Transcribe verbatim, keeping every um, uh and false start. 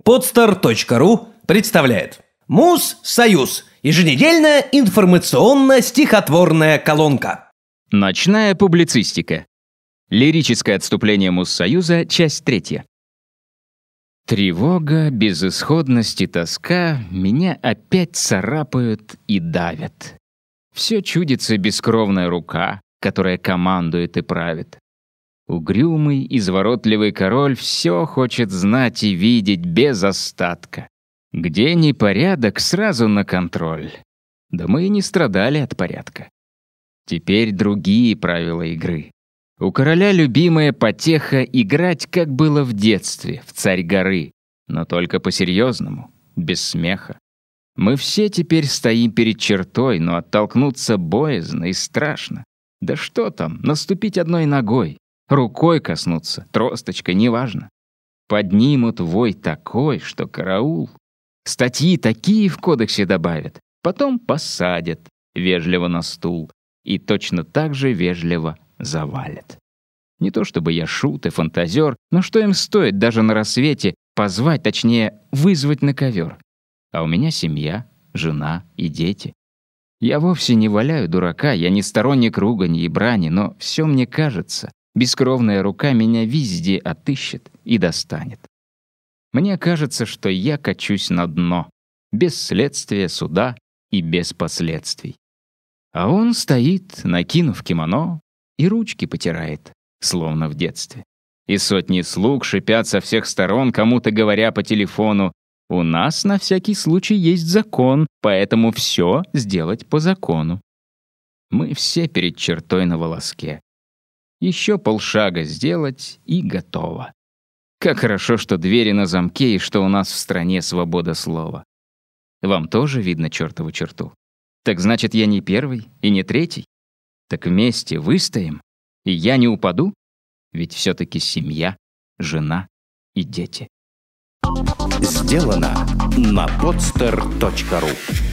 Подстер точка ру представляет Муз-Союз. Еженедельная информационно-стихотворная колонка. Ночная публицистика. Лирическое отступление Муз-Союза, часть третья. Тревога, безысходность и тоска меня опять царапают и давят. Все чудится бескровная рука, которая командует и правит. Угрюмый, изворотливый король все хочет знать и видеть без остатка. Где непорядок, сразу на контроль. Да мы и не страдали от порядка. Теперь другие правила игры. У короля любимая потеха играть, как было в детстве, в царь горы, но только по-серьезному, без смеха. Мы все теперь стоим перед чертой, но оттолкнуться боязно и страшно. Да что там, наступить одной ногой, рукой коснуться, тросточкой, неважно. Поднимут вой такой, что караул. Статьи такие в кодексе добавят, потом посадят вежливо на стул и точно так же вежливо завалят. Не то чтобы я шут и фантазер, но что им стоит даже на рассвете позвать, точнее, вызвать на ковер? А у меня семья, жена и дети. Я вовсе не валяю дурака, я не сторонник ругани и брани, но все мне кажется, бескровная рука меня везде отыщет и достанет. Мне кажется, что я качусь на дно, без следствия, суда и без последствий. А он стоит, накинув кимоно, и ручки потирает, словно в детстве. И сотни слуг шипят со всех сторон, кому-то говоря по телефону: «У нас на всякий случай есть закон, поэтому все сделать по закону». Мы все перед чертой на волоске. Еще полшага сделать — и готово. Как хорошо, что двери на замке и что у нас в стране свобода слова. Вам тоже видно чертову черту? Так значит, я не первый и не третий? Так вместе выстоим, и я не упаду? Ведь все-таки семья, жена и дети. Сделано на подстер точка ру.